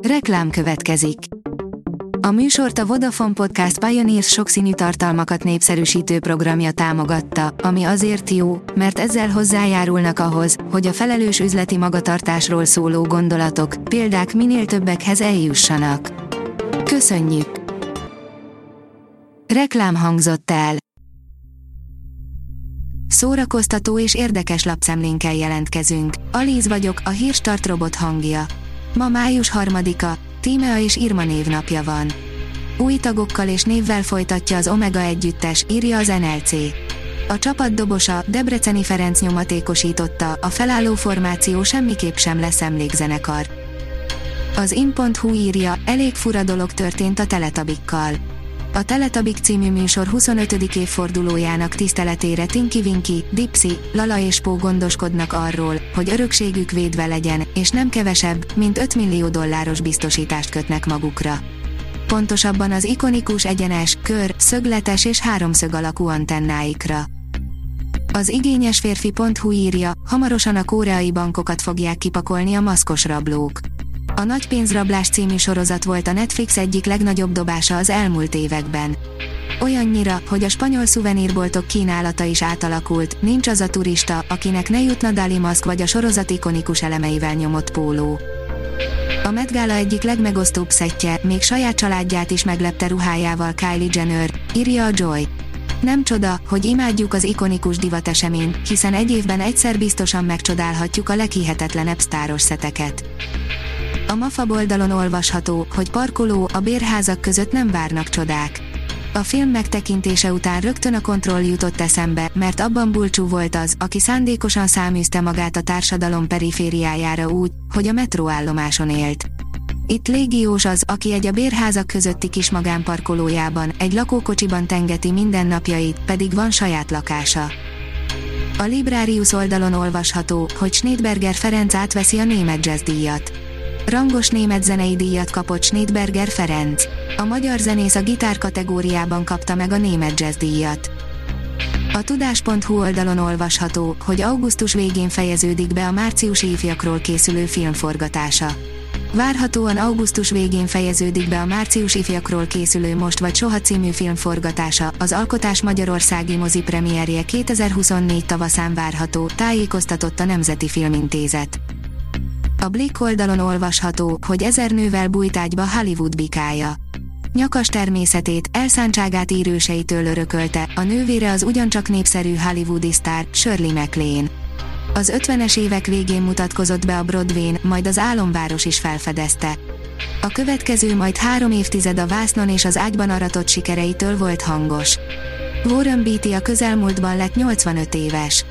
Reklám következik. A műsort a Vodafone Podcast Pioneers sokszínű tartalmakat népszerűsítő programja támogatta, ami azért jó, mert ezzel hozzájárulnak ahhoz, hogy a felelős üzleti magatartásról szóló gondolatok, példák minél többekhez eljussanak. Köszönjük! Reklám hangzott el. Szórakoztató és érdekes lapszemlénkkel jelentkezünk. Alíz vagyok, a Hírstart robot hangja. Ma május 3-a, Tímea és Irma névnapja van. Új tagokkal és névvel folytatja az Omega együttes, írja az NLC. A csapat dobosa, Debreceni Ferenc nyomatékosította, a felálló formáció semmiképp sem lesz emlékzenekar. Az in.hu írja, elég fura dolog történt a Teletabikkal. A Teletabik című műsor 25. évfordulójának tiszteletére Tinky Winky, Dipsy, Lala és Pó gondoskodnak arról, hogy örökségük védve legyen, és nem kevesebb, mint $5 millió biztosítást kötnek magukra. Pontosabban az ikonikus egyenes, kör, szögletes és háromszög alakú antennáikra. Az igényesférfi.hu írja, hamarosan a koreai bankokat fogják kipakolni a maszkos rablók. A Nagy pénzrablás című sorozat volt a Netflix egyik legnagyobb dobása az elmúlt években. Olyannyira, hogy a spanyol szuvenírboltok kínálata is átalakult, nincs az a turista, akinek ne jutna Dali maszk vagy a sorozat ikonikus elemeivel nyomott póló. A Met Gala egyik legmegosztóbb szettje, még saját családját is meglepte ruhájával Kylie Jenner, írja a Joy. Nem csoda, hogy imádjuk az ikonikus divateseményt, hiszen egy évben egyszer biztosan megcsodálhatjuk a leghihetetlenebb sztáros szeteket. A Mafab oldalon olvasható, hogy parkoló, a bérházak között nem várnak csodák. A film megtekintése után rögtön a Kontroll jutott eszembe, mert abban bulcsú volt az, aki szándékosan száműzte magát a társadalom perifériájára úgy, hogy a metróállomáson élt. Itt légiós az, aki egy a bérházak közötti kis magánparkolójában, egy lakókocsiban tengeti mindennapjait, pedig van saját lakása. A Librarius oldalon olvasható, hogy Schneidberger Ferenc átveszi a német jazzdíjat. Rangos német zenei díjat kapott Schneidberger Ferenc. A magyar zenész a gitár kategóriában kapta meg a német jazzdíjat. A tudás.hu oldalon olvasható, hogy augusztus végén fejeződik be a márciusi ifjakról készülő film forgatása. Várhatóan augusztus végén fejeződik be a március ifjakról készülő Most vagy Soha című film forgatása, az alkotás magyarországi mozipremierje 2024 tavaszán várható, tájékoztatott a Nemzeti Filmintézet. A Blick oldalon olvasható, hogy 1000 nővel bújt ágyba Hollywood bikája. Nyakas természetét, elszántságát írőseitől örökölte, a nővére az ugyancsak népszerű hollywoodi sztár, Shirley MacLaine. Az 50-es évek végén mutatkozott be a Broadwayn, majd az Álomváros is felfedezte. A következő majd 3 évtized a vásznon és az ágyban aratott sikereitől volt hangos. Warren Beatty a közelmúltban lett 85 éves.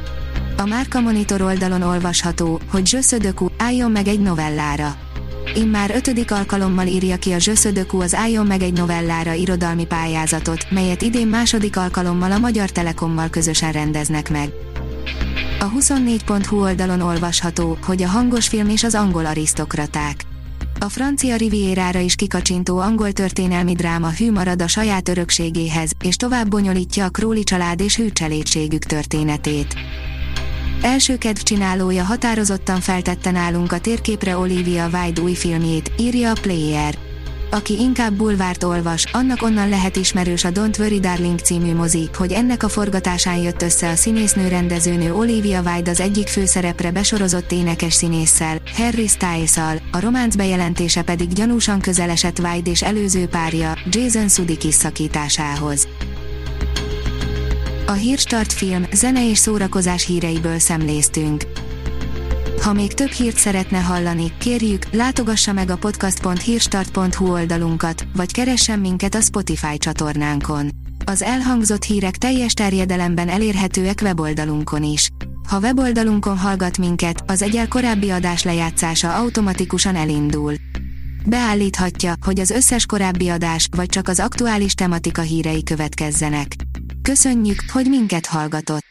A Márka Monitor oldalon olvasható, hogy Je suis de coup, álljon meg egy novellára. Immár 5. alkalommal írja ki a Je suis de coup az Álljon meg egy novellára irodalmi pályázatot, melyet idén 2. alkalommal a Magyar Telekommal közösen rendeznek meg. A 24.hu oldalon olvasható, hogy a hangos film és az angol arisztokraták. A francia Rivierára is kikacsintó angol történelmi dráma hű marad a saját örökségéhez, és tovább bonyolítja a Crawley család és hűtcselédségük történetét. Első kedvcsinálója határozottan feltette nálunk a térképre Olivia Wilde új filmjét, írja a Player. Aki inkább bulvárt olvas, annak onnan lehet ismerős a Don't Worry Darling című mozi, hogy ennek a forgatásán jött össze a színésznő-rendezőnő Olivia Wilde az egyik főszerepre besorozott énekes színésszel, Harry Styles-szal, a románc bejelentése pedig gyanúsan közel esett Wilde és előző párja, Jason Sudeikis szakításához. A Hírstart film, zene és szórakozás híreiből szemléztünk. Ha még több hírt szeretne hallani, kérjük, látogassa meg a podcast.hírstart.hu oldalunkat, vagy keressen minket a Spotify csatornánkon. Az elhangzott hírek teljes terjedelemben elérhetőek weboldalunkon is. Ha weboldalunkon hallgat minket, az egyel korábbi adás lejátszása automatikusan elindul. Beállíthatja, hogy az összes korábbi adás, vagy csak az aktuális tematika hírei következzenek. Köszönjük, hogy minket hallgatott!